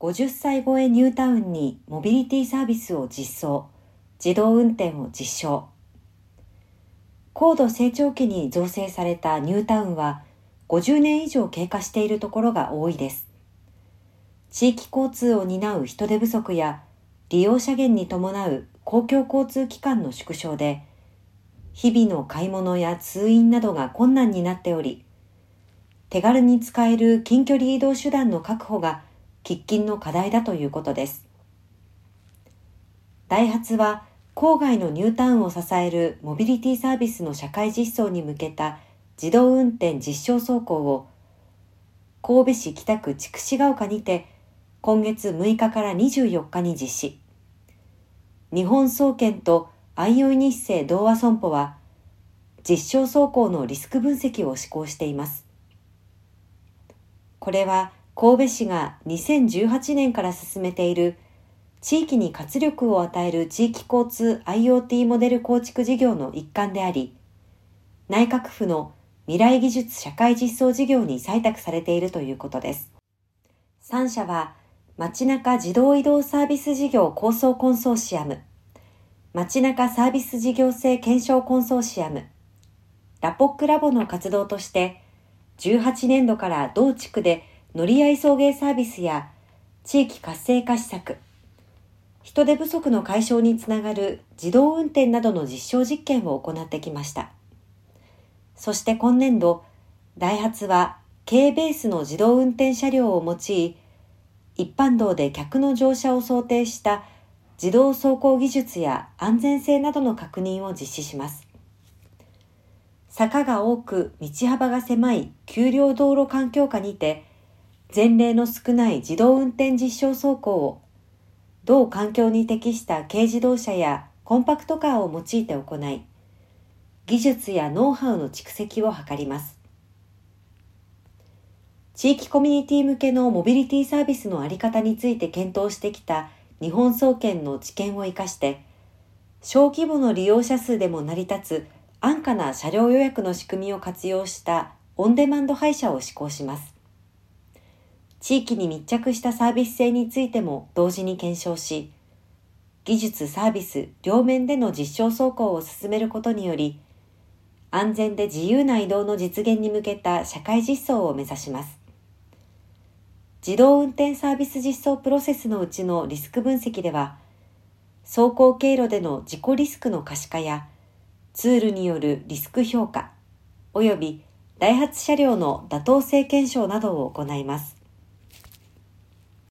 50歳超えニュータウンにモビリティサービスを実装、自動運転を実証。高度成長期に造成されたニュータウンは50年以上経過しているところが多いです。地域交通を担う人手不足や利用者減に伴う公共交通機関の縮小で、日々の買い物や通院などが困難になっており、手軽に使える近距離移動手段の確保が喫緊の課題だということです。ダイハツは郊外のニュータウンを支えるモビリティサービスの社会実装に向けた自動運転実証走行を神戸市北区筑紫ヶ丘にて今月6日から24日に実施。日本総研と相生日生同和損保は実証走行のリスク分析を施行しています。これは神戸市が2018年から進めている地域に活力を与える地域交通 IoT モデル構築事業の一環であり、内閣府の未来技術社会実装事業に採択されているということです。3社は街中自動移動サービス事業構想コンソーシアム、街中サービス事業性検証コンソーシアム、ラポックラボの活動として、18年度から同地区で乗り合い送迎サービスや地域活性化施策、人手不足の解消につながる自動運転などの実証実験を行ってきました。そして今年度、ダイハツは軽ベースの自動運転車両を用い、一般道で客の乗車を想定した自動走行技術や安全性などの確認を実施します。坂が多く道幅が狭い丘陵道路環境下にて、前例の少ない自動運転実証走行を、同環境に適した軽自動車やコンパクトカーを用いて行い、技術やノウハウの蓄積を図ります。地域コミュニティ向けのモビリティサービスのあり方について検討してきた日本総研の知見を生かして、小規模の利用者数でも成り立つ安価な車両予約の仕組みを活用したオンデマンド配車を施行します。地域に密着したサービス性についても同時に検証し、技術サービス両面での実証走行を進めることにより、安全で自由な移動の実現に向けた社会実装を目指します。自動運転サービス実装プロセスのうちのリスク分析では、走行経路での事故リスクの可視化や、ツールによるリスク評価、およびダイハツ車両の妥当性検証などを行います。